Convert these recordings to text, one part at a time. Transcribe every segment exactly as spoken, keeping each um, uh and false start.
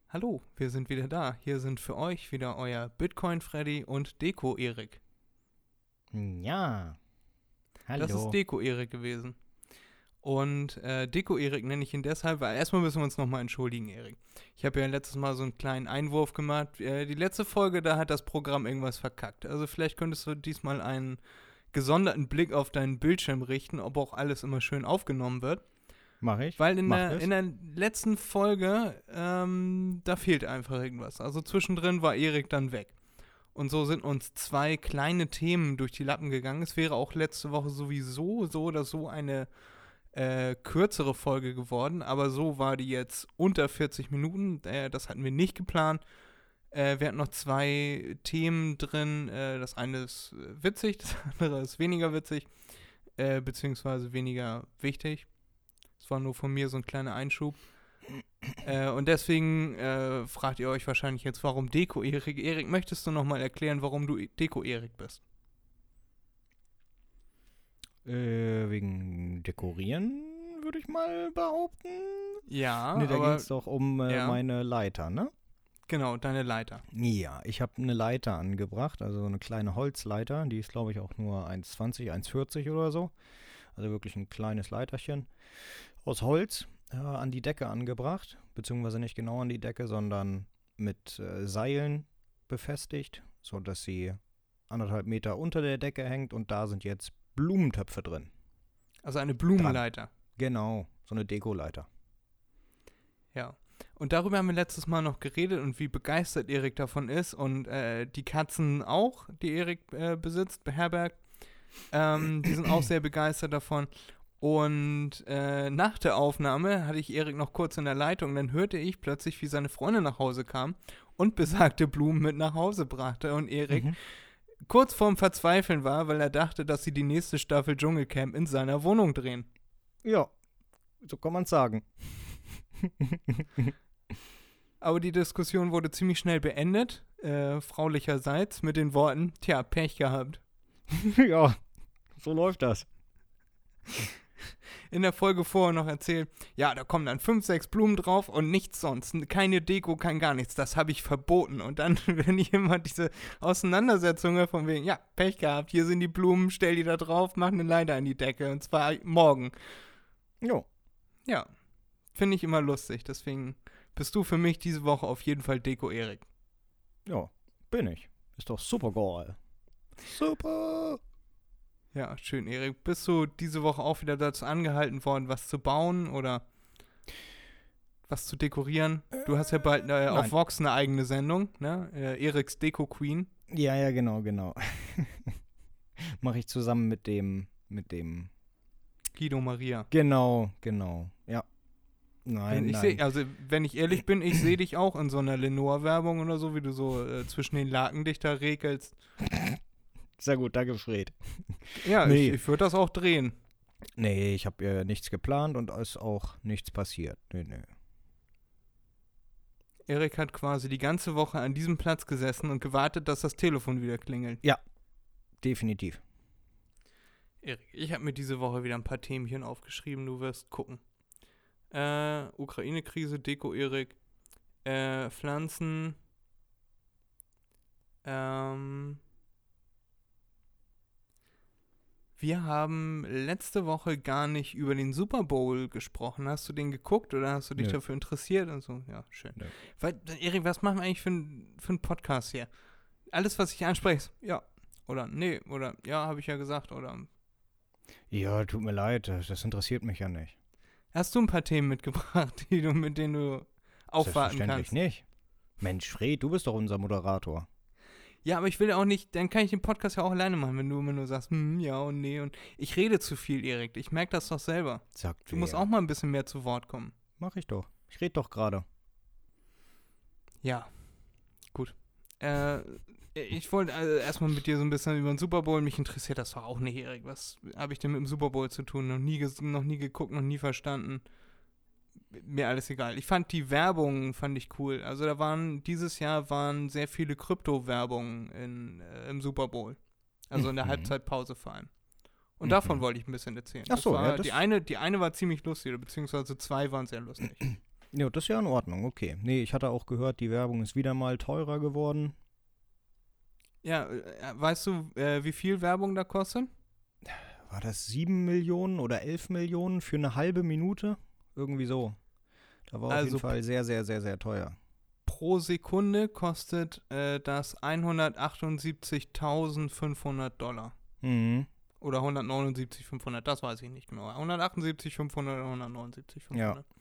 Hallo, wir sind wieder da. Hier sind für euch wieder euer Bitcoin Freddy und Deko Erik. Ja. Hallo. Das ist Deko Erik gewesen. Und äh, Deko Erik nenne ich ihn deshalb, weil erstmal müssen wir uns nochmal entschuldigen, Erik. Ich habe ja letztes Mal so einen kleinen Einwurf gemacht. Äh, die letzte Folge, da hat das Programm irgendwas verkackt. Also vielleicht könntest du diesmal einen gesonderten Blick auf deinen Bildschirm richten, ob auch alles immer schön aufgenommen wird. Mach ich. Weil in, Mach der, es. in der letzten Folge, ähm, da fehlt einfach irgendwas. Also zwischendrin war Erik dann weg. Und so sind uns zwei kleine Themen durch die Lappen gegangen. Es wäre auch letzte Woche sowieso so oder so eine äh, kürzere Folge geworden. Aber so war die jetzt unter vierzig Minuten. Äh, das hatten wir nicht geplant. Äh, wir hatten noch zwei Themen drin. Äh, das eine ist äh, witzig, das andere ist weniger witzig. Äh, beziehungsweise weniger wichtig. Das war nur von mir so ein kleiner Einschub. Äh, und deswegen äh, fragt ihr euch wahrscheinlich jetzt, warum Deko Erik? Erik, möchtest du nochmal erklären, warum du Deko Erik bist? Äh, wegen Dekorieren, würde ich mal behaupten. Ja, Ne, da ging aber es doch um äh, ja. meine Leiter, ne? genau, deine Leiter. Ja, ich habe eine Leiter angebracht, also eine kleine Holzleiter. Die ist, glaube ich, auch nur eins zwanzig, eins vierzig oder so. Also wirklich ein kleines Leiterchen aus Holz äh, an die Decke angebracht. Beziehungsweise nicht genau an die Decke, sondern mit äh, Seilen befestigt, sodass sie anderthalb Meter unter der Decke hängt. Und da sind jetzt Blumentöpfe drin. Also eine Blumenleiter. Genau, so eine Dekoleiter. Ja. Und darüber haben wir letztes Mal noch geredet und wie begeistert Erik davon ist. Und äh, die Katzen auch, die Erik äh, besitzt, beherbergt. Ähm, die sind auch sehr begeistert davon. Und äh, nach der Aufnahme hatte ich Erik noch kurz in der Leitung. Dann hörte ich plötzlich, wie seine Freundin nach Hause kam und besagte Blumen mit nach Hause brachte. Und Erik Mhm. kurz vorm Verzweifeln war, weil er dachte, dass sie die nächste Staffel Dschungelcamp in seiner Wohnung drehen. Ja, so kann man es sagen. Aber die Diskussion wurde ziemlich schnell beendet, äh, fraulicherseits, mit den Worten, tja, Pech gehabt. Ja, so läuft das. In der Folge vorher noch erzählt, ja, da kommen dann fünf, sechs Blumen drauf und nichts sonst. Keine Deko, kein gar nichts. Das habe ich verboten. Und dann, wenn ich immer diese Auseinandersetzungen von wegen, ja, Pech gehabt, hier sind die Blumen, stell die da drauf, mach eine Leiter an die Decke. Und zwar morgen. Jo. Ja, finde ich immer lustig. Deswegen bist du für mich diese Woche auf jeden Fall Deko Erik. Ja, bin ich. Ist doch super geil. Super. Ja, schön, Erik. Bist du diese Woche auch wieder dazu angehalten worden, was zu bauen oder was zu dekorieren? Du hast ja bald äh, auf nein. Vox eine eigene Sendung, ne? Äh, Eriks Deko Queen. Ja, ja, genau, genau. Mache ich zusammen mit dem, mit dem. Guido Maria. Genau, genau. Ja. Nein, ich nein. Seh, also, wenn ich ehrlich bin, ich sehe dich auch in so einer Lenore-Werbung oder so, wie du so äh, zwischen den Laken dich da regelst. Sehr gut, danke, Fred. Ja, Nee. ich, ich würde das auch drehen. Nee, ich habe äh, nichts geplant und ist auch nichts passiert. Nee, nee. Erik hat quasi die ganze Woche an diesem Platz gesessen und gewartet, dass das Telefon wieder klingelt. Definitiv. Erik, ich habe mir diese Woche wieder ein paar Themchen aufgeschrieben, du wirst gucken. Äh, Ukraine-Krise, Deko Erik, äh, Pflanzen, ähm, wir haben letzte Woche gar nicht über den Super Bowl gesprochen. Hast du den geguckt oder hast du dich Nö. dafür interessiert? Und so, ja, schön. Nö. Weil, Erik, was machen wir eigentlich für, ein, für einen Podcast hier? Alles, was ich anspreche, ist ja oder nee oder ja, habe ich ja gesagt oder Ja, tut mir leid, das das interessiert mich ja nicht. hast du ein paar Themen mitgebracht, die du, mit denen du aufwarten Selbstverständlich kannst? nicht. Mensch, Fred, du bist doch unser Moderator. Ja, aber ich will ja auch nicht, dann kann ich den Podcast ja auch alleine machen, wenn du immer nur sagst, hm, ja und nee und ich rede zu viel, Erik. Ich merke das doch selber. Sagt Du musst auch mal ein bisschen mehr zu Wort kommen. Mach ich doch. Ich rede doch gerade. Ja, gut. Äh, ich wollte also erstmal mit dir so ein bisschen über den Super Bowl, mich interessiert das doch auch nicht, Erik. Was habe ich denn mit dem Super Bowl zu tun? Noch nie, ges- noch nie geguckt, noch nie verstanden. Mir alles egal. Ich fand die Werbung, fand ich cool. Also da waren, dieses Jahr waren sehr viele Krypto-Werbungen in, äh, im Super Bowl. Also in der Mhm. Halbzeitpause vor allem. Und Mhm. davon wollte ich ein bisschen erzählen. Ach so, das war, ja, das- die, eine, die eine war ziemlich lustig, beziehungsweise zwei waren sehr lustig. Ja, das ist ja in Ordnung, okay. Nee, ich hatte auch gehört, die Werbung ist wieder mal teurer geworden. Ja, äh, weißt du, äh, wie viel Werbung da kostet? War das sieben Millionen oder elf Millionen für eine halbe Minute? Irgendwie so. Da war auf Also jeden Fall sehr, sehr, sehr, sehr teuer. pro Sekunde kostet äh, das hundertachtundsiebzigtausendfünfhundert Dollar. Mhm. Oder hundertneunundsiebzigtausendfünfhundert, das weiß ich nicht genau. hundertachtundsiebzigtausendfünfhundert oder hundertneunundsiebzigtausendfünfhundert. Ja.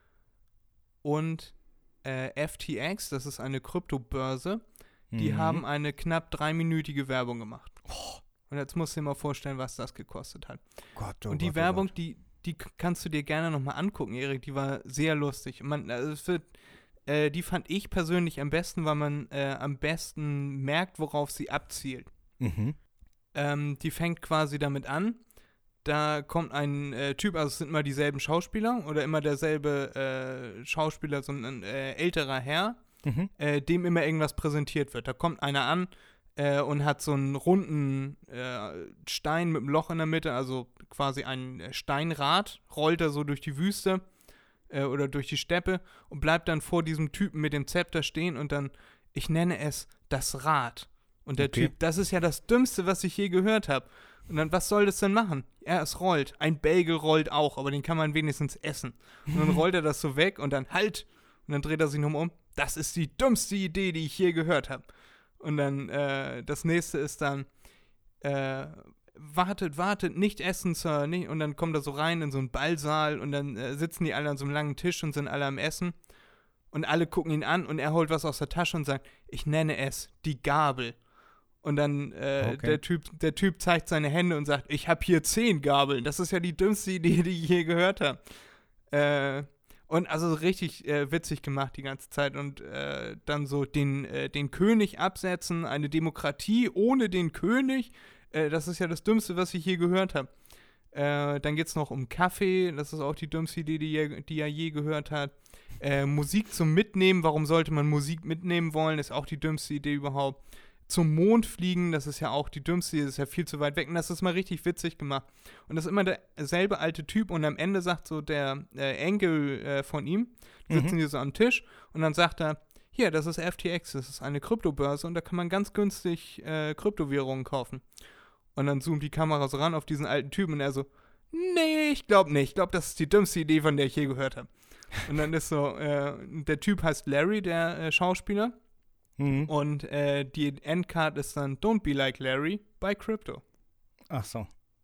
Und äh, F T X, das ist eine Kryptobörse, die Mhm. haben eine knapp dreiminütige Werbung gemacht. Und jetzt musst du dir mal vorstellen, was das gekostet hat. Gott, oh Und die Gott, Werbung, oh Gott. die, die k- kannst du dir gerne nochmal angucken, Erik, die war sehr lustig. Man, also es wird, äh, die fand ich persönlich am besten, weil man äh, am besten merkt, worauf sie abzielt. Mhm. Ähm, die fängt quasi damit an, da kommt ein äh, Typ, also es sind immer dieselben Schauspieler oder immer derselbe äh, Schauspieler, so ein äh, älterer Herr, Mhm. äh, dem immer irgendwas präsentiert wird. Da kommt einer an äh, und hat so einen runden äh, Stein mit einem Loch in der Mitte, also quasi ein äh, Steinrad, rollt er so durch die Wüste äh, oder durch die Steppe und bleibt dann vor diesem Typen mit dem Zepter stehen und dann, ich nenne es das Rad. Und der Okay. Typ, das ist ja das Dümmste, was ich je gehört habe. Und dann, was soll das denn machen? Ja, es rollt. Ein Bagel rollt auch, aber den kann man wenigstens essen. Und dann rollt er das so weg und dann halt. Und dann dreht er sich nochmal um. Das ist die dümmste Idee, die ich je gehört habe. Und dann, äh, das nächste ist dann, äh, wartet, wartet, nicht essen, Sir. Nicht. Und dann kommt er so rein in so einen Ballsaal und dann äh, sitzen die alle an so einem langen Tisch und sind alle am Essen. Und alle gucken ihn an und er holt was aus der Tasche und sagt, ich nenne es die Gabel. Und dann äh, Okay. der, typ, der Typ zeigt seine Hände und sagt, ich habe hier zehn Gabeln. Das ist ja die dümmste Idee, die ich je gehört habe. Äh, und also richtig äh, witzig gemacht die ganze Zeit. Und äh, dann so den, äh, den König absetzen, eine Demokratie ohne den König. Äh, das ist ja das Dümmste, was ich je gehört habe. Äh, dann geht es noch um Kaffee. Das ist auch die dümmste Idee, die er, die er je gehört hat. Äh, Musik zum Mitnehmen. Warum sollte man Musik mitnehmen wollen? Ist auch die dümmste Idee überhaupt. Zum Mond fliegen, das ist ja auch die dümmste, das ist ja viel zu weit weg. Und das ist mal richtig witzig gemacht. Und das ist immer derselbe alte Typ und am Ende sagt so der äh, Enkel äh, von ihm, sitzen Mhm. die so am Tisch und dann sagt er, hier, das ist F T X, das ist eine Kryptobörse und da kann man ganz günstig äh, Kryptowährungen kaufen. Und dann zoomt die Kamera so ran auf diesen alten Typen und er so, nee, ich glaube nicht, ich glaube, das ist die dümmste Idee, von der ich je gehört habe. Und dann ist so, äh, der Typ heißt Larry, der äh, Schauspieler. Mhm. Und äh, die Endcard ist dann Don't be like Larry bei Crypto. Ach so.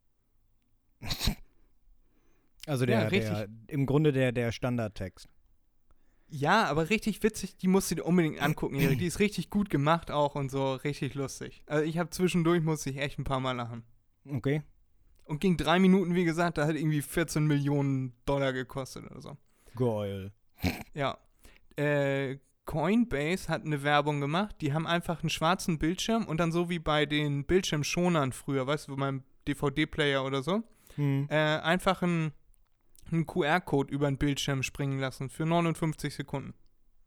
Also Ja, der, richtig. der im Grunde der, der Standardtext. Ja, aber richtig witzig, die musst du dir unbedingt angucken, Erik. Die ist richtig gut gemacht auch und so richtig lustig. Also ich habe zwischendurch, musste ich echt ein paar Mal lachen. Okay. Und ging drei Minuten, wie gesagt, da hat irgendwie vierzehn Millionen Dollar gekostet oder so. Geil. Ja. Äh, Coinbase hat eine Werbung gemacht, die haben einfach einen schwarzen Bildschirm und dann so wie bei den Bildschirmschonern früher, weißt du, beim D V D-Player oder so, Mhm. äh, einfach einen, einen Q R-Code über den Bildschirm springen lassen für neunundfünfzig Sekunden.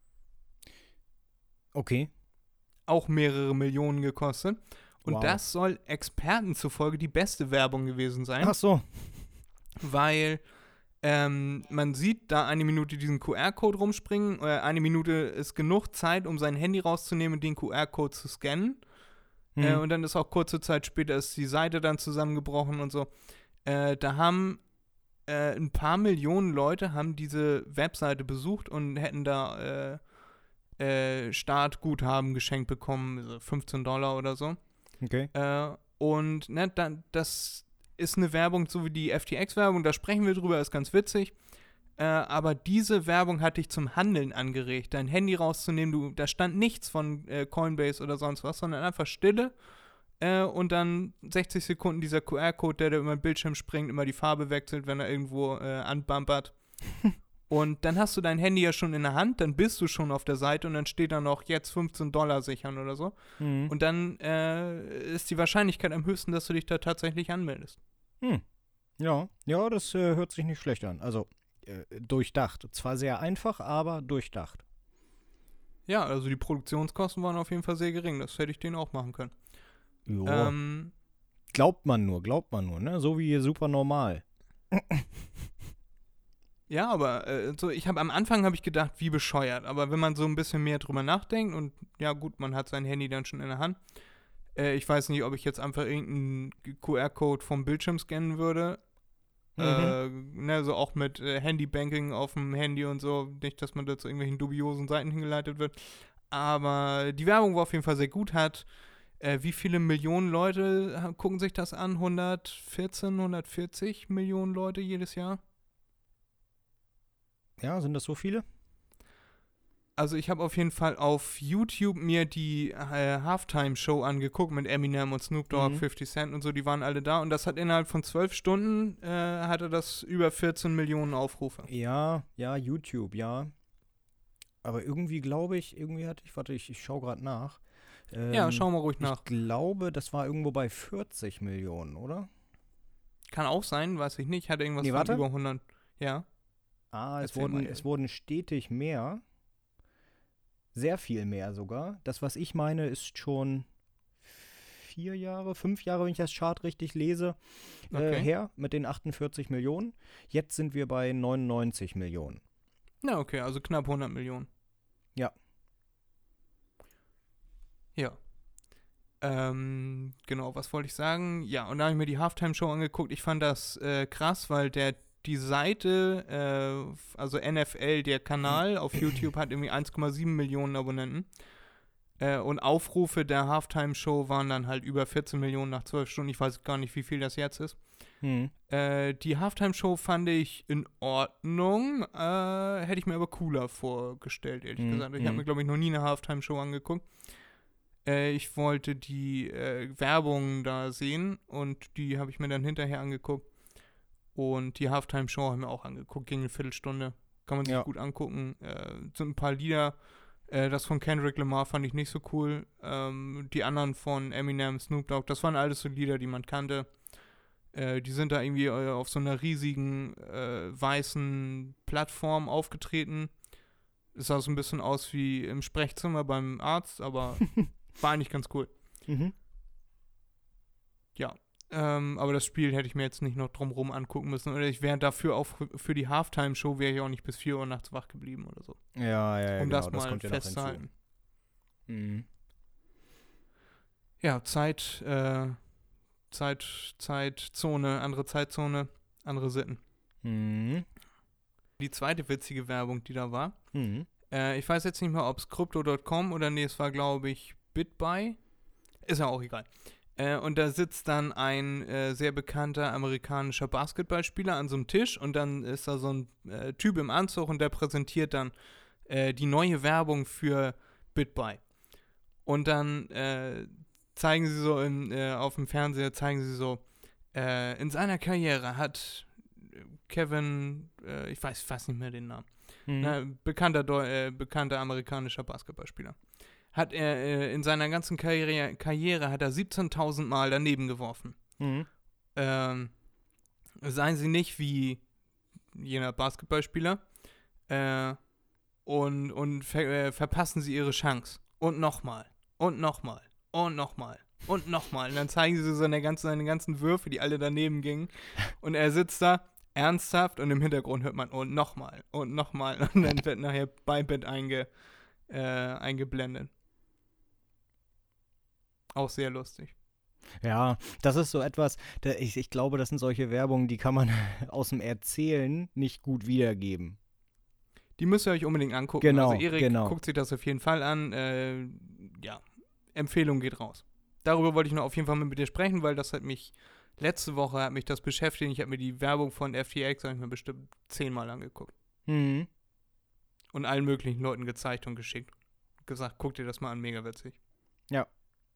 Okay. Auch mehrere Millionen gekostet. Und Wow. das soll Experten zufolge die beste Werbung gewesen sein, Ach so. weil ähm, man sieht da eine Minute diesen Q R-Code rumspringen. Äh, eine Minute ist genug Zeit, um sein Handy rauszunehmen und den Q R-Code zu scannen. Mhm. Äh, und dann ist auch kurze Zeit später ist die Seite dann zusammengebrochen und so. Äh, da haben äh, ein paar Millionen Leute haben diese Webseite besucht und hätten da äh, äh, Startguthaben geschenkt bekommen, also fünfzehn Dollar oder so. Okay. Äh, und ne, da, das ist eine Werbung, so wie die F T X-Werbung, da sprechen wir drüber, ist ganz witzig. Äh, aber diese Werbung hat dich zum Handeln angeregt, dein Handy rauszunehmen. Du, da stand nichts von äh, Coinbase oder sonst was, sondern einfach Stille. Äh, und dann sechzig Sekunden dieser Q R-Code, der da über den Bildschirm springt, immer die Farbe wechselt, wenn er irgendwo äh, anbumpert. Und dann hast du dein Handy ja schon in der Hand, dann bist du schon auf der Seite und dann steht da noch jetzt fünfzehn Dollar sichern oder so. Mhm. Und dann äh, ist die Wahrscheinlichkeit am höchsten, dass du dich da tatsächlich anmeldest. Hm. Ja, ja, das äh, hört sich nicht schlecht an. Also äh, durchdacht. Zwar sehr einfach, aber durchdacht. Ja, also die Produktionskosten waren auf jeden Fall sehr gering. Das hätte ich denen auch machen können. Ja. Ähm, Glaubt man nur, glaubt man nur, ne? So wie hier super normal. Ja, aber äh, so, ich habe am Anfang habe ich gedacht, wie bescheuert. Aber wenn man so ein bisschen mehr drüber nachdenkt und ja gut, man hat sein Handy dann schon in der Hand. Äh, ich weiß nicht, ob ich jetzt einfach irgendeinen Q R-Code vom Bildschirm scannen würde. Mhm. Äh, ne, so auch mit äh, Handybanking auf dem Handy und so. Nicht, dass man da zu irgendwelchen dubiosen Seiten hingeleitet wird. Aber die Werbung war auf jeden Fall sehr gut. Hat äh, wie viele Millionen Leute ha- gucken sich das an? hundertvierzehn, hundertvierzig Millionen Leute jedes Jahr? Ja, sind das so viele? Also ich habe auf jeden Fall auf YouTube mir die äh, Halftime-Show angeguckt mit Eminem und Snoop Dogg, Mhm. fifty Cent und so, die waren alle da und das hat innerhalb von zwölf Stunden, äh, hatte das über vierzehn Millionen Aufrufe. Ja, ja, YouTube, ja. Aber irgendwie glaube ich, irgendwie hatte ich, warte, ich, ich schaue gerade nach. Ja, Ähm, schau mal ruhig nach. Ich glaube, das war irgendwo bei vierzig Millionen, oder? Kann auch sein, weiß ich nicht, hatte irgendwas Nee, von warte. über hundert. Ja, Ah, es erzähl wurden, mal, es Erik. wurden stetig mehr. Sehr viel mehr sogar. Das, was ich meine, ist schon vier Jahre, fünf Jahre, wenn ich das Chart richtig lese, äh, Okay. her mit den achtundvierzig Millionen. Jetzt sind wir bei neunundneunzig Millionen. Na okay, also knapp hundert Millionen. Ja. Ja. Ähm, genau, was wollte ich sagen? Ja, und da habe ich mir die Halftime-Show angeguckt. Ich fand das äh, krass, weil der die Seite, äh, f- also N F L, der Kanal auf YouTube hat irgendwie eins Komma sieben Millionen Abonnenten. Äh, und Aufrufe der Halftime-Show waren dann halt über vierzehn Millionen nach zwölf Stunden. Ich weiß gar nicht, wie viel das jetzt ist. Hm. Äh, die Halftime-Show fand ich in Ordnung. Äh, hätte ich mir aber cooler vorgestellt, ehrlich Mhm, gesagt. Ich habe mhm. mir, glaube ich, noch nie eine Halftime-Show angeguckt. Äh, ich wollte die äh, Werbung da sehen und die habe ich mir dann hinterher angeguckt. Und die Halftime-Show habe ich mir auch angeguckt, ging eine Viertelstunde. Kann man sich Ja. gut angucken. Äh, sind ein paar Lieder. Äh, das von Kendrick Lamar fand ich nicht so cool. Ähm, die anderen von Eminem, Snoop Dogg, das waren alles so Lieder, die man kannte. Äh, die sind da irgendwie äh, auf so einer riesigen äh, weißen Plattform aufgetreten. Es sah so ein bisschen aus wie im Sprechzimmer beim Arzt, aber war eigentlich ganz cool. Mhm. Ja. Ähm, aber das Spiel hätte ich mir jetzt nicht noch drumrum angucken müssen. Oder ich wäre dafür auch für- für die Halftime-Show wäre ich auch nicht bis vier Uhr nachts wach geblieben oder so. Ja, ja, ja, Um genau, das das mal kommt ja noch hinzu. festzuhalten. Mhm. Ja, Zeit, äh, Zeit, Zeitzone, andere Zeitzone, andere Sitten. Mhm. Die zweite witzige Werbung, die da war, Mhm. äh, ich weiß jetzt nicht mehr, ob es Crypto Punkt com oder nee, es war, glaube ich, BitBuy. Ist ja auch egal. Äh, und da sitzt dann ein äh, sehr bekannter amerikanischer Basketballspieler an so einem Tisch und dann ist da so ein äh, Typ im Anzug und der präsentiert dann äh, die neue Werbung für BitBuy. Und dann äh, zeigen sie so im, äh, auf dem Fernseher, zeigen sie so, äh, in seiner Karriere hat Kevin, äh, ich weiß fast nicht mehr den Namen, Mhm. na, bekannter, Deu äh, bekannter amerikanischer Basketballspieler. Hat er äh, in seiner ganzen Karriere, Karriere hat er siebzehntausend Mal daneben geworfen. Mhm. Ähm, seien sie nicht wie jener Basketballspieler äh, und, und ver äh, verpassen sie ihre Chance. Und nochmal. Und nochmal. Und nochmal. Und nochmal. Und dann zeigen sie so seine ganzen, seine ganzen Würfe, die alle daneben gingen. Und er sitzt da ernsthaft und im Hintergrund hört man und nochmal. Und nochmal. Und dann wird nachher bei Bit einge, äh, eingeblendet. Auch sehr lustig. Ja, das ist so etwas, da ich, ich glaube, das sind solche Werbungen, die kann man aus dem Erzählen nicht gut wiedergeben. Die müsst ihr euch unbedingt angucken. Genau, also Erik genau. guckt sich das auf jeden Fall an. Äh, ja, Empfehlung geht raus. Darüber wollte ich noch auf jeden Fall mit dir sprechen, weil das hat mich, letzte Woche hat mich das beschäftigt. Ich habe mir die Werbung von F T X, habe ich mir bestimmt zehnmal angeguckt. Mhm. Und allen möglichen Leuten gezeigt und geschickt. Gesagt, guck dir das mal an, mega witzig. Ja.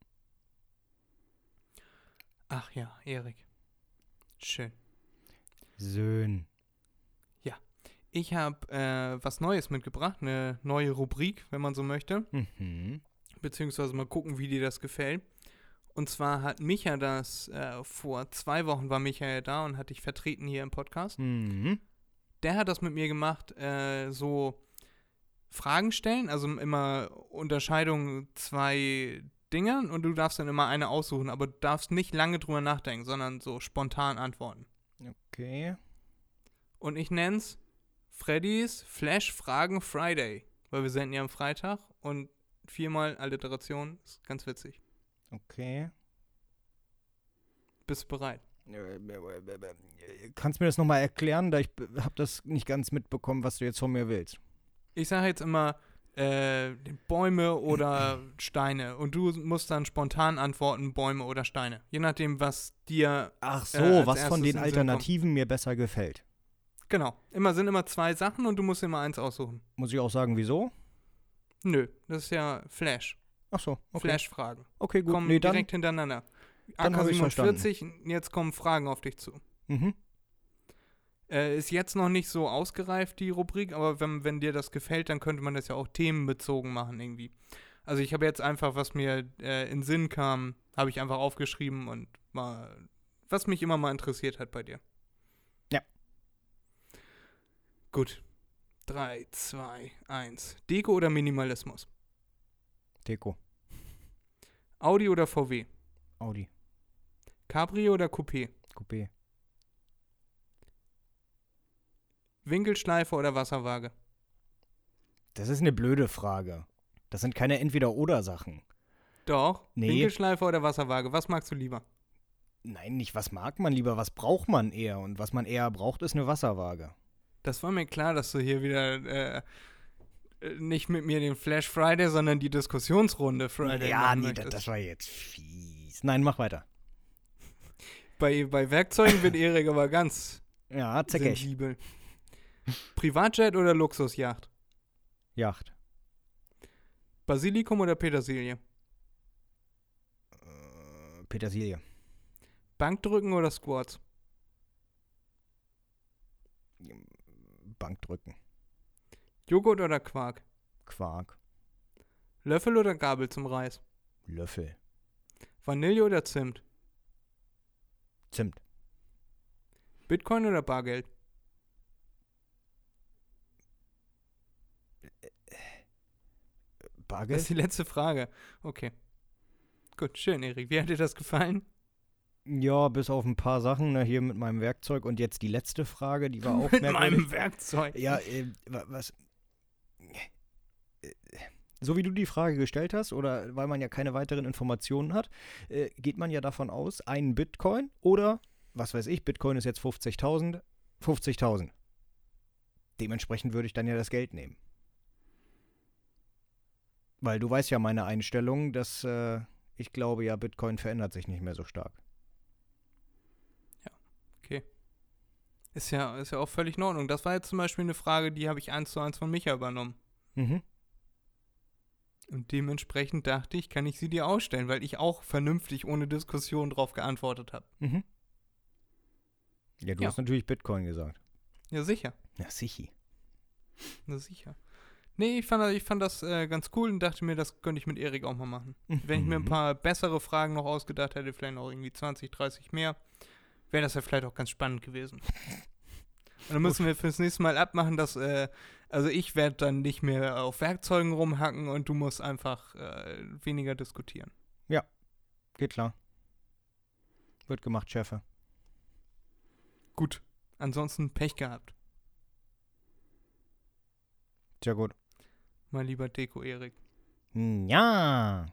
Ach ja, Erik. Schön. Schön. Ich habe äh, was Neues mitgebracht, eine neue Rubrik, wenn man so möchte. Mhm. Beziehungsweise mal gucken, wie dir das gefällt. Und zwar hat Micha das, äh, vor zwei Wochen war Micha ja da und hat dich vertreten hier im Podcast. Mhm. Der hat das mit mir gemacht, äh, so Fragen stellen, also immer Unterscheidung zwei Dingern und du darfst dann immer eine aussuchen, aber du darfst nicht lange drüber nachdenken, sondern so spontan antworten. Okay. Und ich nenn's Freddys Flash Fragen Friday. Weil wir senden ja am Freitag und viermal Alliteration ist ganz witzig. Okay. Bist du bereit? Kannst du mir das nochmal erklären? Da ich habe das nicht ganz mitbekommen, was du jetzt von mir willst. Ich sage jetzt immer äh, Bäume oder Steine und du musst dann spontan antworten, Bäume oder Steine. Je nachdem, was dir Ach so, äh, als was von erstes den in den Sinn Alternativen mir besser gefällt. kommt. Genau. Immer sind immer zwei Sachen und du musst immer eins aussuchen. Muss ich auch sagen, wieso? Nö, das ist ja Flash. Ach so, okay. Flash-Fragen. Okay, gut. Kommen Nee, dann, direkt hintereinander. dann A K hab ich's siebenundvierzig, jetzt kommen Fragen auf dich zu. mhm. Äh, ist jetzt noch nicht so ausgereift, die Rubrik, aber wenn, wenn dir das gefällt, dann könnte man das ja auch themenbezogen machen irgendwie. Also ich habe jetzt einfach, was mir äh, in Sinn kam, habe ich einfach aufgeschrieben und mal, was mich immer mal interessiert hat bei dir. Ja. Gut. drei, zwei, eins. Deko oder Minimalismus? Deko. Audi oder V W? Audi. Cabrio oder Coupé? Coupé. Winkelschleife oder Wasserwaage? Das ist eine blöde Frage. Das sind keine Entweder-Oder-Sachen. Doch. Nee. Winkelschleife oder Wasserwaage? Was magst du lieber? Nein, nicht was mag man lieber, was braucht man eher? Und was man eher braucht, ist eine Wasserwaage. Das war mir klar, dass du hier wieder äh, nicht mit mir den Flash Friday, sondern die Diskussionsrunde Friday Ja, machen nee, das, möchtest. das war jetzt fies. Nein, mach weiter. Bei, bei Werkzeugen wird Erik aber ganz Ja, zickig. sensibel. Privatjet oder Luxusjacht? Yacht. Basilikum oder Petersilie? Äh, Petersilie. Bankdrücken oder Squats? Bankdrücken. Joghurt oder Quark? Quark. Löffel oder Gabel zum Reis? Löffel. Vanille oder Zimt? Zimt. Bitcoin oder Bargeld? Das Bargeld? ist die letzte Frage. Okay. Gut, schön, Erik. Wie hat dir das gefallen? Ja, bis auf ein paar Sachen, ne, hier mit meinem Werkzeug. Und jetzt die letzte Frage, die war auch Mit merkwürdig. meinem Werkzeug. Ja, äh, wa- was. Äh, So wie du die Frage gestellt hast, oder weil man ja keine weiteren Informationen hat, äh, geht man ja davon aus, ein Bitcoin oder, was weiß ich, Bitcoin ist jetzt fünfzigtausend, fünfzigtausend. Dementsprechend würde ich dann ja das Geld nehmen. Weil du weißt ja meine Einstellung, dass äh, ich glaube ja, Bitcoin verändert sich nicht mehr so stark. Ist ja, ist ja auch völlig in Ordnung. Das war jetzt zum Beispiel eine Frage, die habe ich eins zu eins von Micha übernommen. Mhm. Und dementsprechend dachte ich, kann ich sie dir ausstellen, weil ich auch vernünftig ohne Diskussion drauf geantwortet habe. Mhm. Ja, du Ja. hast natürlich Bitcoin gesagt. Ja, sicher. Ja, sicher. Ja, sicher. Nee, ich fand, ich fand das äh, ganz cool und dachte mir, das könnte ich mit Erik auch mal machen. Wenn ich mir ein paar bessere Fragen noch ausgedacht hätte, vielleicht noch irgendwie zwanzig, dreißig mehr, wäre das ja vielleicht auch ganz spannend gewesen. Und dann müssen wir fürs nächste Mal abmachen, dass, äh, also ich werde dann nicht mehr auf Werkzeugen rumhacken und du musst einfach äh, weniger diskutieren. Geht klar. Wird gemacht, Chefe. Gut. Ansonsten Pech gehabt, Sehr gut. mein lieber Deko-Erik. Ja.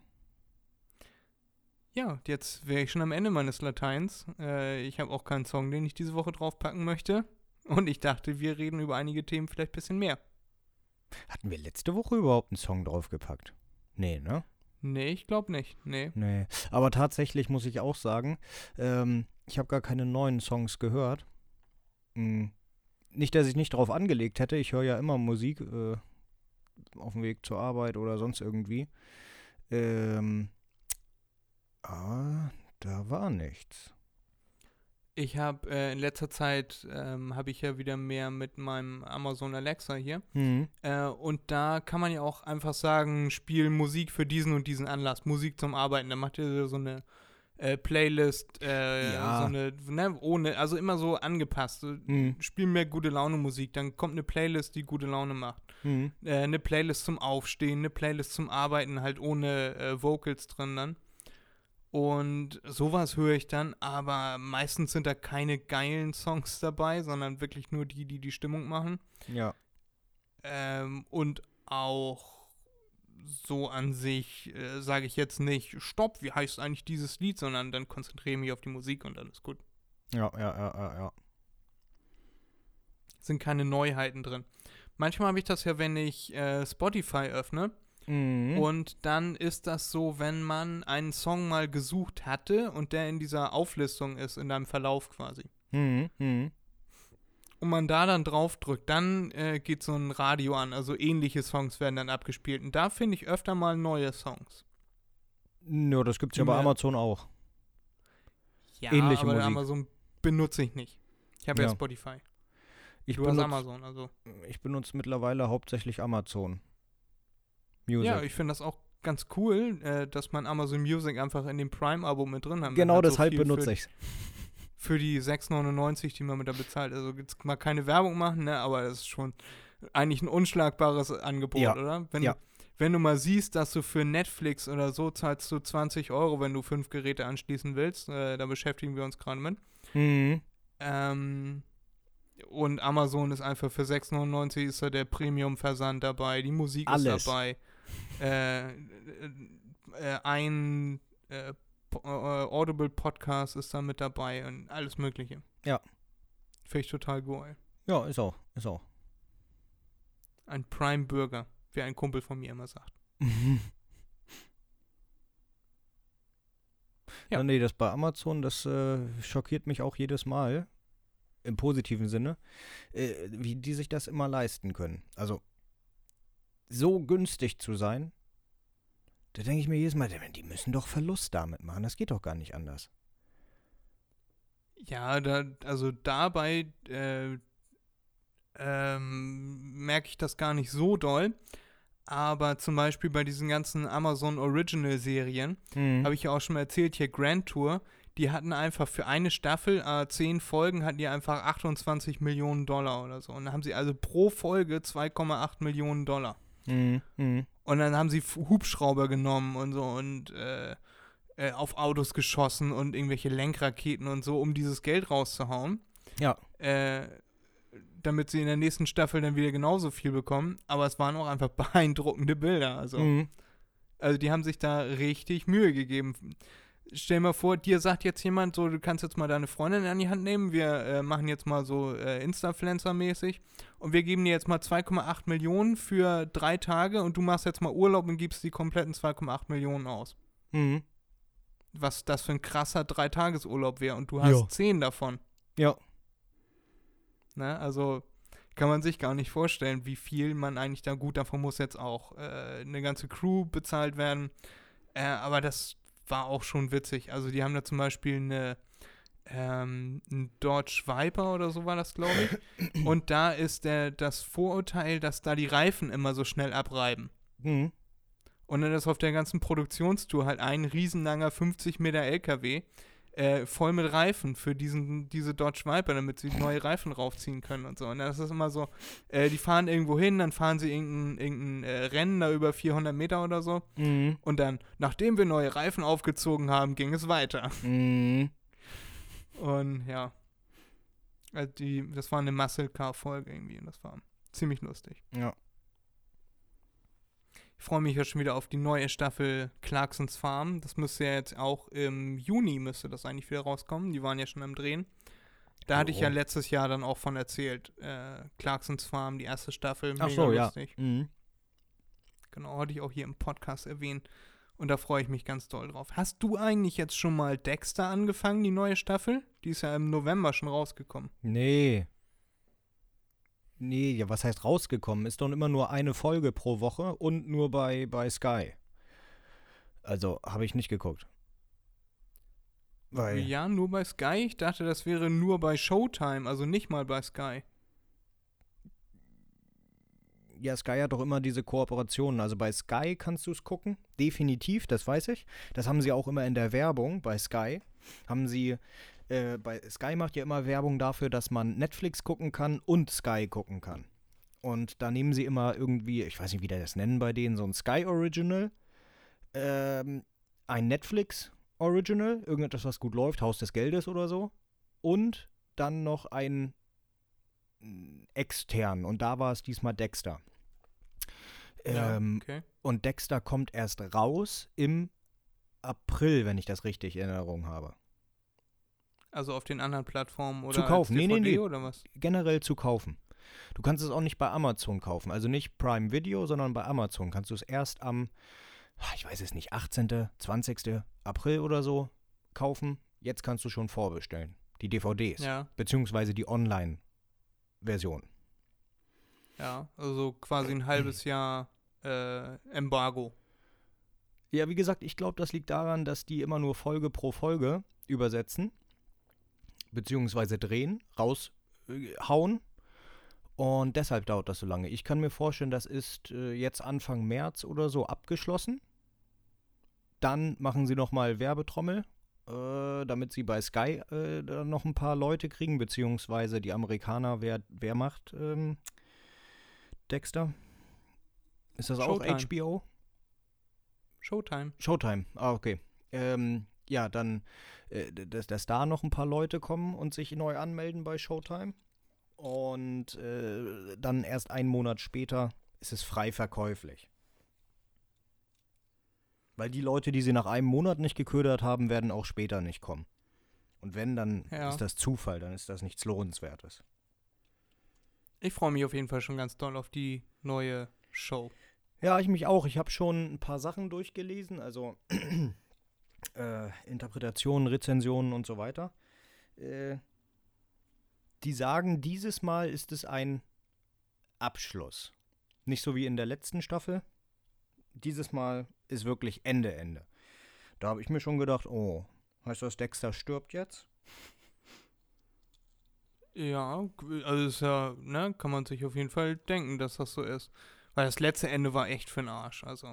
Ja, und jetzt wäre ich schon am Ende meines Lateins. Äh, ich habe auch keinen Song, den ich diese Woche draufpacken möchte. Und ich dachte, wir reden über einige Themen vielleicht ein bisschen mehr. Hatten wir letzte Woche überhaupt einen Song draufgepackt? Nee, ne? Nee, ich glaube nicht. Nee. Nee. Aber tatsächlich muss ich auch sagen, ähm, ich habe gar keine neuen Songs gehört. Hm. Nicht, dass ich nicht drauf angelegt hätte. Ich höre ja immer Musik äh, auf dem Weg zur Arbeit oder sonst irgendwie. Ähm, aber da war nichts. Ich habe äh, in letzter Zeit, ähm, habe ich ja wieder mehr mit meinem Amazon Alexa hier. Mhm. Äh, und da kann man ja auch einfach sagen, spiel Musik für diesen und diesen Anlass. Musik zum Arbeiten. Da macht ihr so eine äh, Playlist, äh, Ja. so eine, ne, ohne, also immer so angepasst. So, Mhm. Spiel mehr gute Laune Musik. Dann kommt eine Playlist, die gute Laune macht. Mhm. Äh, eine Playlist zum Aufstehen, eine Playlist zum Arbeiten, halt ohne äh, Vocals drin dann. Und sowas höre ich dann, aber meistens sind da keine geilen Songs dabei, sondern wirklich nur die, die die Stimmung machen. Ja. Ähm, und auch so an sich äh, sage ich jetzt nicht, stopp, wie heißt eigentlich dieses Lied, sondern dann konzentriere ich mich auf die Musik und dann ist gut. Ja, ja, ja, ja, ja. Sind keine Neuheiten drin. Manchmal habe ich das ja, wenn ich äh, Spotify öffne. Mhm. Und dann ist das so, wenn man einen Song mal gesucht hatte und der in dieser Auflistung ist, in deinem Verlauf quasi. Mhm. Mhm. Und man da dann drauf drückt, dann äh, geht so ein Radio an. Also ähnliche Songs werden dann abgespielt. Und da finde ich öfter mal neue Songs. Ja, das gibt's ja Die bei mir- Amazon auch. Ja, Ähnliche aber Musik. Amazon benutze ich nicht. Ich habe ja. Ja. Spotify. Ich Du hast benutze, Amazon, also. ich benutze mittlerweile hauptsächlich Amazon Music. Ja, ich finde das auch ganz cool, äh, dass man Amazon Music einfach in dem Prime-Abo mit drin hat. Man genau hat so deshalb viel benutze für, ich's. für die sechs neunundneunzig, die man mit da bezahlt. Also jetzt mal keine Werbung machen, ne, aber das ist schon eigentlich ein unschlagbares Angebot, Ja. oder? Wenn, Ja. wenn du mal siehst, dass du für Netflix oder so zahlst du zwanzig Euro, wenn du fünf Geräte anschließen willst, äh, da beschäftigen wir uns gerade mit. Mhm. Ähm, und Amazon ist einfach für sechs neunundneunzig ist da der Premium-Versand dabei, die Musik Alles. ist dabei. Äh, äh, ein äh, Po- äh, Audible-Podcast ist da mit dabei und alles Mögliche. Ja. Finde ich total geil. Ja, ist auch, ist auch. Ein Prime-Bürger, wie ein Kumpel von mir immer sagt. Ja. Ja, nee, das bei Amazon, das äh, schockiert mich auch jedes Mal, im positiven Sinne, äh, wie die sich das immer leisten können. Also, so günstig zu sein, da denke ich mir jedes Mal, die müssen doch Verlust damit machen, das geht doch gar nicht anders. Ja, da, also dabei äh, ähm, merke ich das gar nicht so doll. Aber zum Beispiel bei diesen ganzen Amazon Original-Serien, Mhm. habe ich ja auch schon mal erzählt, hier Grand Tour, die hatten einfach für eine Staffel, äh, zehn Folgen, hatten die einfach achtundzwanzig Millionen Dollar oder so. Und dann haben sie also pro Folge zwei Komma acht Millionen Dollar. Mhm. Mhm. Und dann haben sie F- Hubschrauber genommen und so und äh, äh, auf Autos geschossen und irgendwelche Lenkraketen und so, um dieses Geld rauszuhauen. Ja. Äh, damit sie in der nächsten Staffel dann wieder genauso viel bekommen. Aber es waren auch einfach beeindruckende Bilder. Also, Mhm. also die haben sich da richtig Mühe gegeben. Stell mal vor, dir sagt jetzt jemand so, du kannst jetzt mal deine Freundin an die Hand nehmen, wir äh, machen jetzt mal so äh, Insta-Flancer-mäßig und wir geben dir jetzt mal zwei Komma acht Millionen für drei Tage und du machst jetzt mal Urlaub und gibst die kompletten zwei Komma acht Millionen aus. Mhm. Was das für ein krasser Dreitagesurlaub wäre und du hast Ja. zehn davon. Ja. Ne? Also kann man sich gar nicht vorstellen, wie viel man eigentlich da gut, davon muss jetzt auch äh, eine ganze Crew bezahlt werden. Äh, aber das war auch schon witzig. Also die haben da zum Beispiel eine ähm, ein Dodge Viper oder so war das, glaube ich. Und da ist der, das Vorurteil, dass da die Reifen immer so schnell abreiben. Mhm. Und dann ist auf der ganzen Produktionstour halt ein riesenlanger fünfzig Meter L K W äh, voll mit Reifen für diesen, diese Dodge Viper, damit sie neue Reifen raufziehen können und so. Und das ist immer so, äh, die fahren irgendwo hin, dann fahren sie irgendein, irgendein äh, Rennen da über vierhundert Meter oder so. Mhm. Und dann, nachdem wir neue Reifen aufgezogen haben, ging es weiter. Mhm. Und ja, also die, das war eine Muscle-Car-Folge irgendwie und das war ziemlich lustig. Ja. Ich freue mich ja schon wieder auf die neue Staffel Clarksons Farm. Das müsste ja jetzt auch im Juni müsste das eigentlich wieder rauskommen. Die waren ja schon am Drehen. Da hatte ich ja Oh. letztes Jahr dann auch von erzählt. Äh, Clarksons Farm, die erste Staffel, mega Ach so, ja. lustig. Mhm. Genau, hatte ich auch hier im Podcast erwähnt. Und da freue ich mich ganz doll drauf. Hast du eigentlich jetzt schon mal Dexter angefangen, die neue Staffel? Die ist ja im November schon rausgekommen. Nee. Nee, ja, was heißt rausgekommen? Ist doch immer nur eine Folge pro Woche und nur bei, bei Sky. Also, habe ich nicht geguckt. Weil, Ja, nur bei Sky? Ich dachte, das wäre nur bei Showtime, also nicht mal bei Sky. ja, Sky hat doch immer diese Kooperationen. Also bei Sky kannst du es gucken. Definitiv, das weiß ich. Das haben sie auch immer in der Werbung bei Sky. Haben sie, äh, bei Sky macht ja immer Werbung dafür, dass man Netflix gucken kann und Sky gucken kann. Und da nehmen sie immer irgendwie, ich weiß nicht, wie die das nennen bei denen, so ein Sky Original, ähm, ein Netflix Original, irgendetwas, was gut läuft, Haus des Geldes oder so. Und dann noch ein mm, extern. Und da war es diesmal Dexter. Ja, Ähm, okay. Und Dexter kommt erst raus im April, wenn ich das richtig in Erinnerung habe. Also auf den anderen Plattformen oder Zu kaufen. als Nee, D V D nee, nee. oder was? Generell zu kaufen. Du kannst es auch nicht bei Amazon kaufen. Also nicht Prime Video, sondern bei Amazon kannst du es erst am, ich weiß es nicht, achtzehnten, zwanzigsten April oder so kaufen. Jetzt kannst du schon vorbestellen. Die D V Ds. Ja, Beziehungsweise die Online-Version. ja. Also quasi ein halbes Jahr äh, Embargo. Ja, wie gesagt, ich glaube, das liegt daran, dass die immer nur Folge pro Folge übersetzen. Beziehungsweise drehen, raushauen. Und deshalb dauert das so lange. Ich kann mir vorstellen, das ist äh, jetzt Anfang März oder so abgeschlossen. Dann machen sie nochmal Werbetrommel, äh, damit sie bei Sky äh, da noch ein paar Leute kriegen, beziehungsweise die Amerikaner, wer, wer macht ähm, Dexter? Ist das Showtime. auch H B O? Showtime. Showtime, ah, okay. Ähm, ja, dann, äh, dass, dass da noch ein paar Leute kommen und sich neu anmelden bei Showtime. Und äh, dann erst einen Monat später ist es frei verkäuflich. Weil die Leute, die sie nach einem Monat nicht geködert haben, werden auch später nicht kommen. Und wenn, dann Ja. ist das Zufall, dann ist das nichts Lohnenswertes. Ich freue mich auf jeden Fall schon ganz doll auf die neue Show. Ja, ich mich auch. Ich habe schon ein paar Sachen durchgelesen, also äh, Interpretationen, Rezensionen und so weiter. Äh, die sagen, dieses Mal ist es ein Abschluss. Nicht so wie in der letzten Staffel. Dieses Mal ist wirklich Ende, Ende. Da habe ich mir schon gedacht, oh, heißt das, Dexter stirbt jetzt? Ja, also ist ja, ne, kann man sich auf jeden Fall denken, dass das so ist. Weil das letzte Ende war echt für den Arsch, also.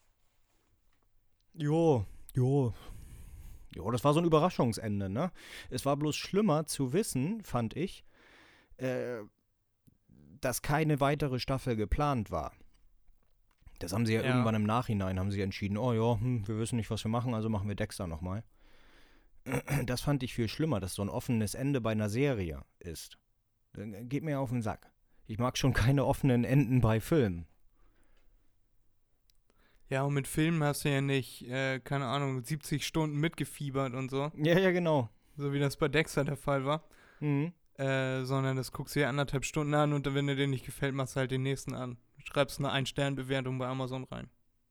Jo, jo. Jo, das war so ein Überraschungsende, ne? Es war bloß schlimmer zu wissen, fand ich, äh, dass keine weitere Staffel geplant war. Das haben sie ja, Ja. irgendwann im Nachhinein, haben sie entschieden, oh ja, hm, wir wissen nicht, was wir machen, also machen wir Dexter nochmal. Das fand ich viel schlimmer, dass so ein offenes Ende bei einer Serie ist. Geht mir auf den Sack. Ich mag schon keine offenen Enden bei Filmen. Ja, und mit Filmen hast du ja nicht, äh, keine Ahnung, siebzig Stunden mitgefiebert und so. Ja, ja, genau. So wie das bei Dexter der Fall war. Mhm. Äh, sondern das guckst du dir anderthalb Stunden an und wenn dir den nicht gefällt, machst du halt den nächsten an. Schreibst eine Ein-Stern-Bewertung bei Amazon rein.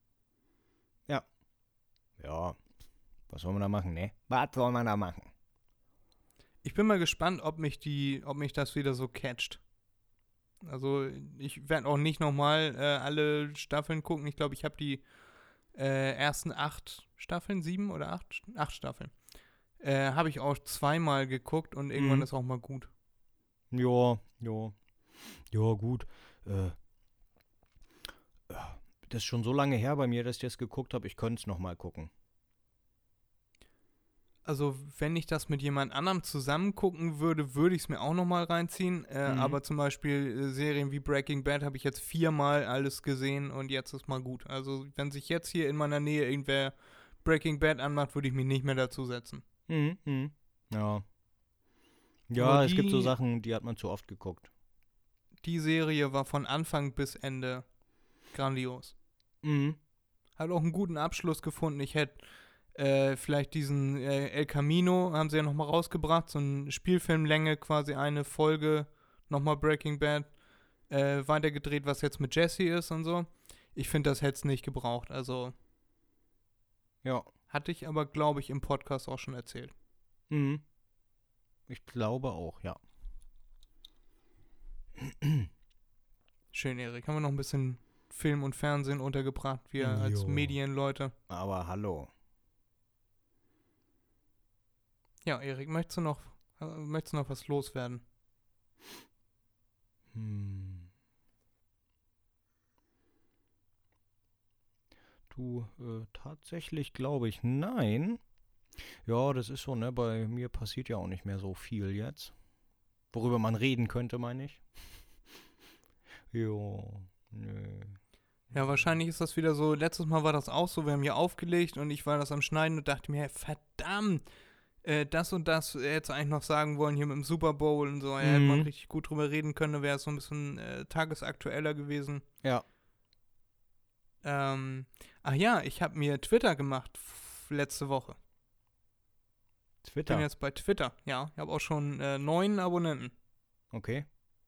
Ja, was soll man da machen, ne? Was soll man da machen? Ich bin mal gespannt, ob mich die, ob mich das wieder so catcht. Also ich werde auch nicht nochmal äh, alle Staffeln gucken. Ich glaube, ich habe die äh, ersten acht Staffeln, sieben oder acht, acht Staffeln, äh, habe ich auch zweimal geguckt und irgendwann Mhm. ist auch mal gut. Ja, ja. Ja, gut. Äh, äh, das ist schon so lange her bei mir, dass ich das geguckt habe. Ich könnte es nochmal gucken. Also wenn ich das mit jemand anderem zusammen gucken würde, würde ich es mir auch nochmal reinziehen. Äh, Mhm. Aber zum Beispiel äh, Serien wie Breaking Bad habe ich jetzt viermal alles gesehen und jetzt ist mal gut. Also wenn sich jetzt hier in meiner Nähe irgendwer Breaking Bad anmacht, würde ich mich nicht mehr dazu setzen. Mhm, mhm. Ja. Nur Ja, es gibt so die- Sachen, die hat man zu oft geguckt. Die Serie war von Anfang bis Ende grandios. Mhm. Hat auch einen guten Abschluss gefunden. Ich hätte äh, vielleicht diesen äh, El Camino, haben sie ja nochmal rausgebracht, so eine Spielfilmlänge, quasi eine Folge, nochmal Breaking Bad, äh, weitergedreht, was jetzt mit Jesse ist und so. Ich finde, das hätte es nicht gebraucht. Also Ja. hatte ich aber, glaube ich, im Podcast auch schon erzählt. Mhm. Ich glaube auch, ja. Schön, Erik. Haben wir noch ein bisschen Film und Fernsehen untergebracht, wir als Jo. Medienleute. Aber hallo. Ja, Erik, möchtest du noch, äh, möchtest du noch was loswerden? Hm. Du, äh, tatsächlich glaube ich, nein. Ja, das ist so, ne? Bei mir passiert ja auch nicht mehr so viel jetzt. Worüber man reden könnte, meine ich. Jo, nö. Ja, wahrscheinlich ist das wieder so, letztes Mal war das auch so, wir haben hier aufgelegt und ich war das am Schneiden und dachte mir, hey, verdammt, äh, das und das äh, hätte eigentlich noch sagen wollen hier mit dem Super Bowl und so, ja, hätte man Mhm. richtig gut drüber reden können, wäre es so ein bisschen äh, tagesaktueller gewesen. Ja. Ähm, ach ja, ich habe mir Twitter gemacht f- letzte Woche. Ich bin Twitter. jetzt bei Twitter, ja, ich habe auch schon äh, neun Abonnenten. Okay.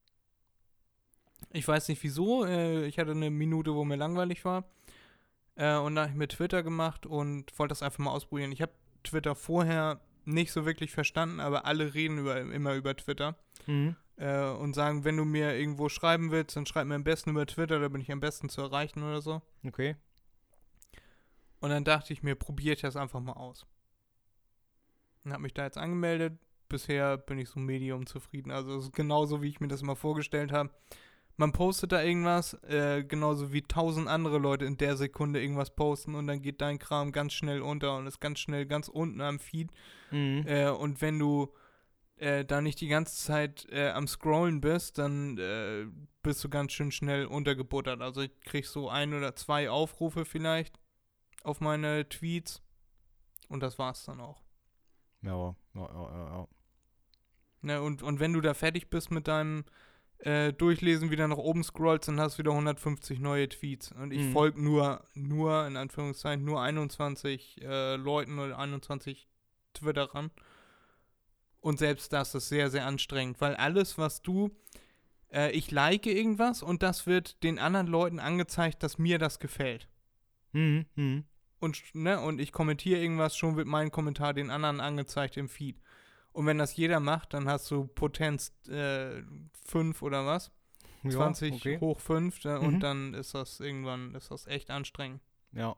Ich weiß nicht wieso, äh, ich hatte eine Minute, wo mir langweilig war. Äh, und da habe ich mir Twitter gemacht und wollte das einfach mal ausprobieren. Ich habe Twitter vorher nicht so wirklich verstanden, aber alle reden über, immer über Twitter. Mhm. Äh, und sagen, wenn du mir irgendwo schreiben willst, dann schreib mir am besten über Twitter, da bin ich am besten zu erreichen oder so. Okay. Und dann dachte ich mir, probiere ich das einfach mal aus. Und habe mich da jetzt angemeldet. Bisher bin ich so medium zufrieden. Also es ist genauso, wie ich mir das mal vorgestellt habe. Man postet da irgendwas, äh, genauso wie tausend andere Leute in der Sekunde irgendwas posten und dann geht dein Kram ganz schnell unter und ist ganz schnell ganz unten am Feed. Mhm. Äh, und wenn du äh, da nicht die ganze Zeit äh, am Scrollen bist, dann äh, bist du ganz schön schnell untergebuttert. Also ich krieg so ein oder zwei Aufrufe vielleicht auf meine Tweets und das war's dann auch. Ja, ja, ja, ja, ja. Ne, und, und wenn du da fertig bist mit deinem äh, Durchlesen, wieder nach oben scrollst, dann hast du wieder hundertfünfzig neue Tweets. Und ich Mhm. folge nur, nur, in Anführungszeichen, nur einundzwanzig äh, Leuten oder einundzwanzig Twitterern. Und selbst das ist sehr, sehr anstrengend, weil alles, was du, äh, ich like irgendwas und das wird den anderen Leuten angezeigt, dass mir das gefällt. Mhm. Mhm. Und, ne, und ich kommentiere irgendwas, schon wird mein Kommentar den anderen angezeigt im Feed. Und wenn das jeder macht, dann hast du Potenz äh, fünf oder was? Ja, zwanzig okay. hoch fünf äh, Mhm. und dann ist das irgendwann, ist das echt anstrengend. Ja.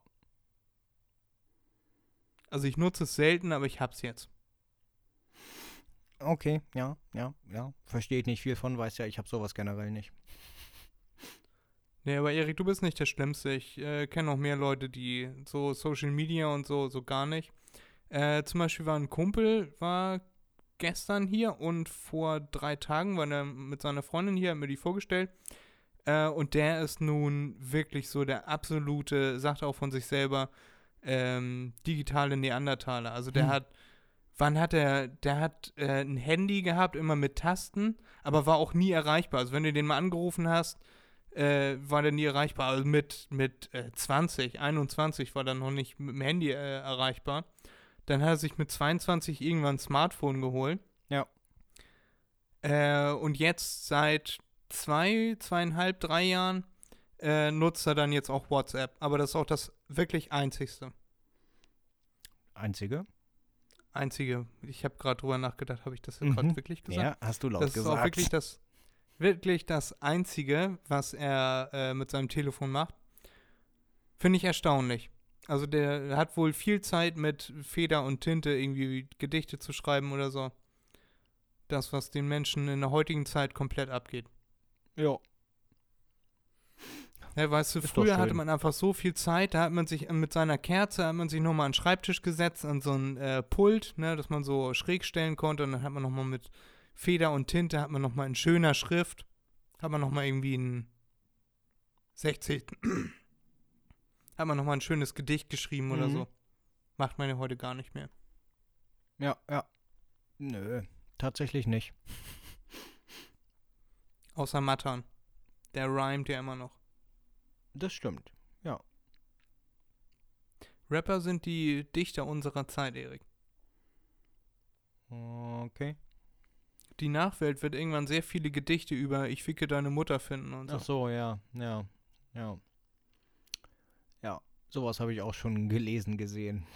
Also ich nutze es selten, aber ich hab's jetzt. Okay, ja, ja, ja. Verstehe ich nicht viel von, weiß ja, ich habe sowas generell nicht. Nee, aber Erik, du bist nicht der Schlimmste. Ich äh, kenne noch mehr Leute, die so Social Media und so, so gar nicht. Äh, zum Beispiel war ein Kumpel, war gestern hier und vor drei Tagen war er mit seiner Freundin hier, hat mir die vorgestellt. Äh, und der ist nun wirklich so der absolute, sagt auch von sich selber, ähm, digitale Neandertaler. Also der Hm. hat, wann hat er, der hat äh, ein Handy gehabt, immer mit Tasten, aber war auch nie erreichbar. Also wenn du den mal angerufen hast, äh, war der nie erreichbar. Also mit, mit äh, zwanzig, einundzwanzig war der noch nicht mit dem Handy äh, erreichbar. Dann hat er sich mit zweiundzwanzig irgendwann ein Smartphone geholt. Ja. Äh, und jetzt seit zwei, zweieinhalb, drei Jahren äh, nutzt er dann jetzt auch WhatsApp. Aber das ist auch das wirklich einzigste. Einzige? Einzige. Ich habe gerade drüber nachgedacht, habe ich das Mhm. gerade wirklich gesagt? Ja, hast du laut Das ist gesagt. auch wirklich das, wirklich das Einzige, was er äh, mit seinem Telefon macht. Finde ich erstaunlich. Also der hat wohl viel Zeit mit Feder und Tinte irgendwie Gedichte zu schreiben oder so. Das, was den Menschen in der heutigen Zeit komplett abgeht. Ja. Ja, weißt du, Ist doch früher schön. hatte man einfach so viel Zeit, da hat man sich mit seiner Kerze, hat man sich nochmal an den Schreibtisch gesetzt, an so ein äh, Pult, ne, das man so schräg stellen konnte und dann hat man nochmal mit Feder und Tinte, hat man nochmal in schöner Schrift, hat man nochmal irgendwie ein sechzig, hat man nochmal ein schönes Gedicht geschrieben oder Mhm. so. Macht man ja heute gar nicht mehr. Ja, ja. Nö, tatsächlich nicht. Außer Matan. Der rhymt ja immer noch. Das stimmt. Rapper sind die Dichter unserer Zeit, Erik. Okay. Die Nachwelt wird irgendwann sehr viele Gedichte über Ich ficke deine Mutter finden und so. Ach so, ja, ja, ja. Ja, sowas habe ich auch schon gelesen, gesehen.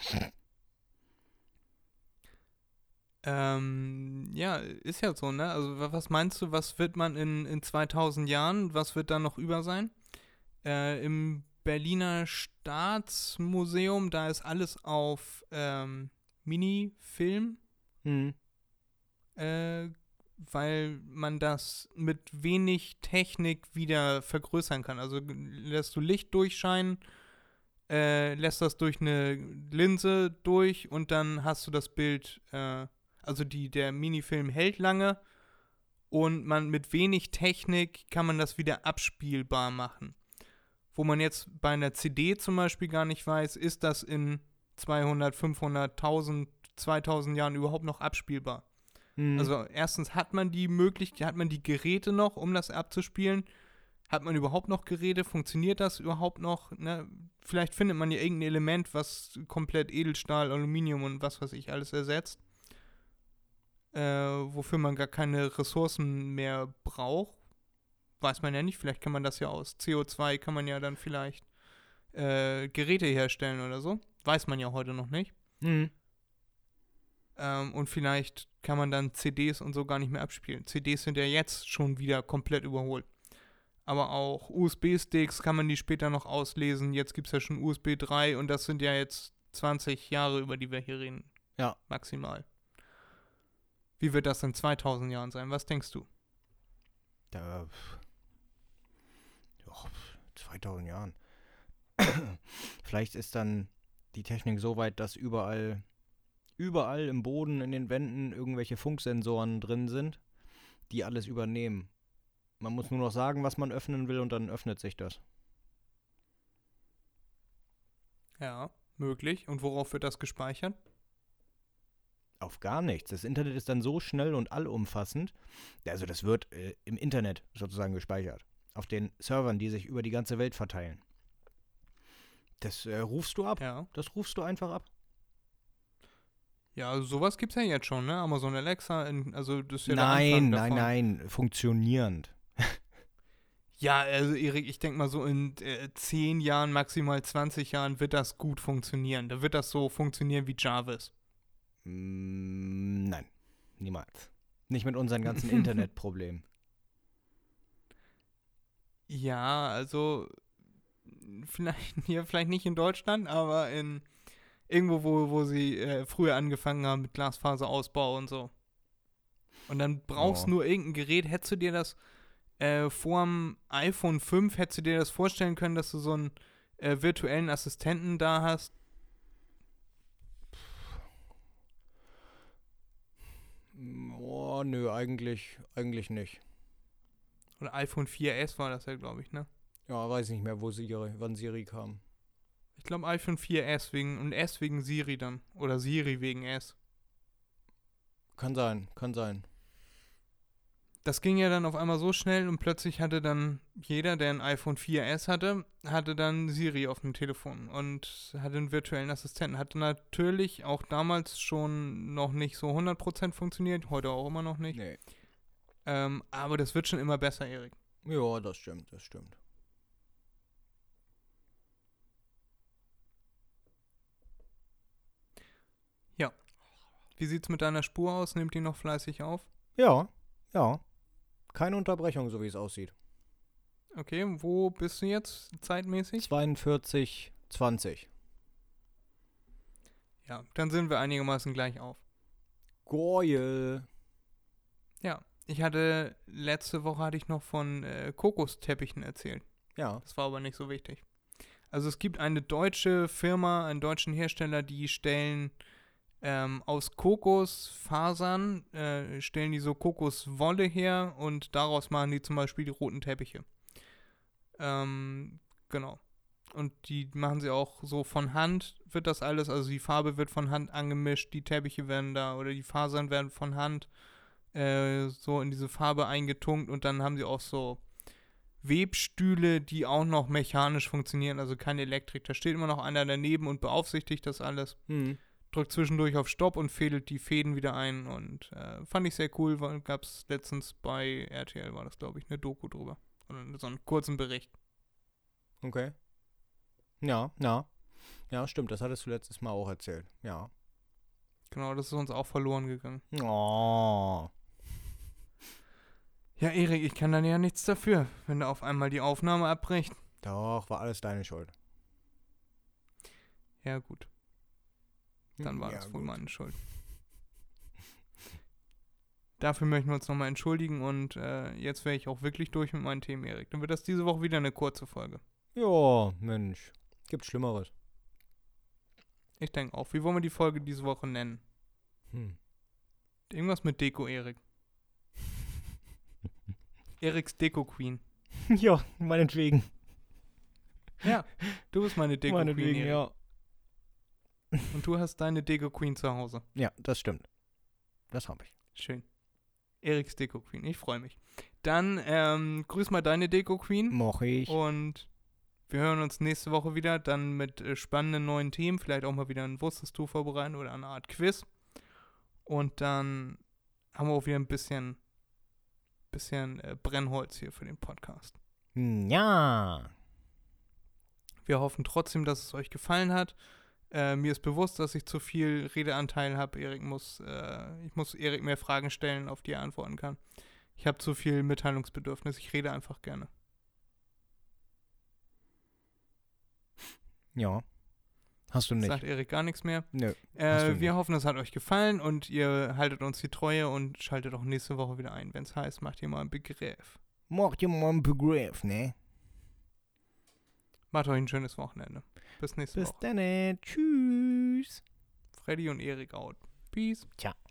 Ähm, ja, ist ja so, ne? Also wa- was meinst du, was wird man in, in zweitausend Jahren, was wird da noch über sein? Äh, im Berliner Staatsmuseum, da ist alles auf ähm, Minifilm, Mhm. äh, weil man das mit wenig Technik wieder vergrößern kann. Also g- lässt du Licht durchscheinen, äh, lässt das durch eine Linse durch und dann hast du das Bild, äh, also die, der Minifilm hält lange und man mit wenig Technik kann man das wieder abspielbar machen. wo man jetzt bei einer C D zum Beispiel gar nicht weiß, ist das in zweihundert, fünfhundert, tausend, zweitausend Jahren überhaupt noch abspielbar. Mhm. Also erstens hat man die Möglichkeit, hat man die Geräte noch, um das abzuspielen? Hat man überhaupt noch Geräte? Funktioniert das überhaupt noch? Ne? Vielleicht findet man ja irgendein Element, was komplett Edelstahl, Aluminium und was weiß ich alles ersetzt. Äh, wofür man gar keine Ressourcen mehr braucht. Weiß man ja nicht. Vielleicht kann man das ja aus C O zwei, kann man ja dann vielleicht äh, Geräte herstellen oder so. Weiß man ja heute noch nicht. Mhm. Ähm, und vielleicht kann man dann C Ds und so gar nicht mehr abspielen. C Ds sind ja jetzt schon wieder komplett überholt. Aber auch U S B-Sticks kann man die später noch auslesen. Jetzt gibt es ja schon U S B drei und das sind ja jetzt zwanzig Jahre, über die wir hier reden. Ja. Maximal. Wie wird das in zweitausend Jahren sein? Was denkst du? Da, ja, zweitausend Jahren. Vielleicht ist dann die Technik so weit, dass überall, überall im Boden, in den Wänden irgendwelche Funksensoren drin sind, die alles übernehmen. Man muss nur noch sagen, was man öffnen will und dann öffnet sich das. Ja, möglich. Und worauf wird das gespeichert? Auf gar nichts. Das Internet ist dann so schnell und allumfassend. Also das wird äh, im Internet sozusagen gespeichert. Auf den Servern, die sich über die ganze Welt verteilen. Das äh, rufst du ab. Ja. Das rufst du einfach ab. Ja, also sowas gibt's ja jetzt schon, ne? Amazon Alexa, in, also das ist ja Nein, der nein, Anfang davon. nein. Funktionierend. Ja, also Erik, ich denke mal so in äh, zehn Jahren, maximal zwanzig Jahren wird das gut funktionieren. Da wird das so funktionieren wie Jarvis. Mm, nein, niemals. Nicht mit unseren ganzen Internetproblemen. Ja, also vielleicht hier vielleicht nicht in Deutschland, aber in irgendwo, wo, wo sie äh, früher angefangen haben mit Glasfaserausbau und so. Und dann brauchst du Ja. nur irgendein Gerät. Hättest du dir das äh, vorm iPhone fünf, hättest du dir das vorstellen können, dass du so einen äh, virtuellen Assistenten da hast? Oh, nö, eigentlich, eigentlich nicht. Oder iPhone vier S war das ja, glaube ich, ne? Ja, weiß nicht mehr, wo Siri, wann Siri kam. Ich glaube iPhone vier S wegen und S wegen Siri dann. Oder Siri wegen S. Kann sein, kann sein. Das ging ja dann auf einmal so schnell und plötzlich hatte dann jeder, der ein iPhone vier S hatte, hatte dann Siri auf dem Telefon und hatte einen virtuellen Assistenten. Hatte natürlich auch damals schon noch nicht so hundert Prozent funktioniert, heute auch immer noch nicht. Nee. Ähm, aber das wird schon immer besser, Erik. Ja, das stimmt, das stimmt. Wie sieht's mit deiner Spur aus? Nimmt die noch fleißig auf? Ja, ja. Keine Unterbrechung, so wie es aussieht. Okay, wo bist du jetzt zeitmäßig? zweiundvierzig zwanzig. Ja, dann sind wir einigermaßen gleich auf. Geil. Ja, ich hatte, letzte Woche hatte ich noch von äh, Kokosteppichen erzählt. Ja. Das war aber nicht so wichtig. Also es gibt eine deutsche Firma, einen deutschen Hersteller, die stellen ähm, aus Kokosfasern, äh, stellen die so Kokoswolle her und daraus machen die zum Beispiel die roten Teppiche. Ähm, genau. Und die machen sie auch so von Hand, wird das alles, also die Farbe wird von Hand angemischt, die Teppiche werden da, oder die Fasern werden von Hand äh, so in diese Farbe eingetunkt und dann haben sie auch so Webstühle, die auch noch mechanisch funktionieren, also keine Elektrik. Da steht immer noch einer daneben und beaufsichtigt das alles. Hm. Drückt zwischendurch auf Stopp und fädelt die Fäden wieder ein und äh, fand ich sehr cool, weil gab es letztens bei R T L, war das glaube ich, eine Doku drüber. Oder so einen kurzen Bericht. Okay. Ja, ja. Ja, stimmt, das hattest du letztes Mal auch erzählt. Ja. Genau, das ist uns auch verloren gegangen. Oh. Ja, Erik, ich kann dann ja nichts dafür, wenn da auf einmal die Aufnahme abbricht. Doch, war alles deine Schuld. Ja, gut. Dann war ja, das wohl gut. meine Schuld. Dafür möchten wir uns nochmal entschuldigen und äh, jetzt wäre ich auch wirklich durch mit meinen Themen, Erik. Dann wird das diese Woche wieder eine kurze Folge. Ja, Mensch. Gibt's Schlimmeres. Ich denke auch. Wie wollen wir die Folge diese Woche nennen? Hm. Irgendwas mit Deko, Erik. Eriks Deko Queen. Ja, meinetwegen. Ja, du bist meine Deko Queen. Meinetwegen, Erik. ja. Und du hast deine Deko Queen zu Hause. Ja, das stimmt. Das habe ich. Schön. Eriks Deko Queen, ich freue mich. Dann ähm, grüß mal deine Deko Queen. Moch ich. Und wir hören uns nächste Woche wieder, dann mit äh, spannenden neuen Themen. Vielleicht auch mal wieder ein Wusstest du vorbereiten oder eine Art Quiz. Und dann haben wir auch wieder ein bisschen, bisschen äh, Brennholz hier für den Podcast. Ja. Wir hoffen trotzdem, dass es euch gefallen hat. Äh, mir ist bewusst, dass ich zu viel Redeanteil habe. Erik muss, äh, ich muss Erik mehr Fragen stellen, auf die er antworten kann. Ich habe zu viel Mitteilungsbedürfnis. Ich rede einfach gerne. Ja. Hast du nicht. Sagt Erik gar nichts mehr. Nö. Äh, wir hoffen, es hat euch gefallen und ihr haltet uns die Treue und schaltet auch nächste Woche wieder ein, wenn es heißt, macht ihr mal einen Begriff. Macht ihr mal einen Begriff, ne? Macht euch ein schönes Wochenende. Bis nächste Bis Woche. dann. Tschüss. Freddy und Erik out. Peace. Ciao.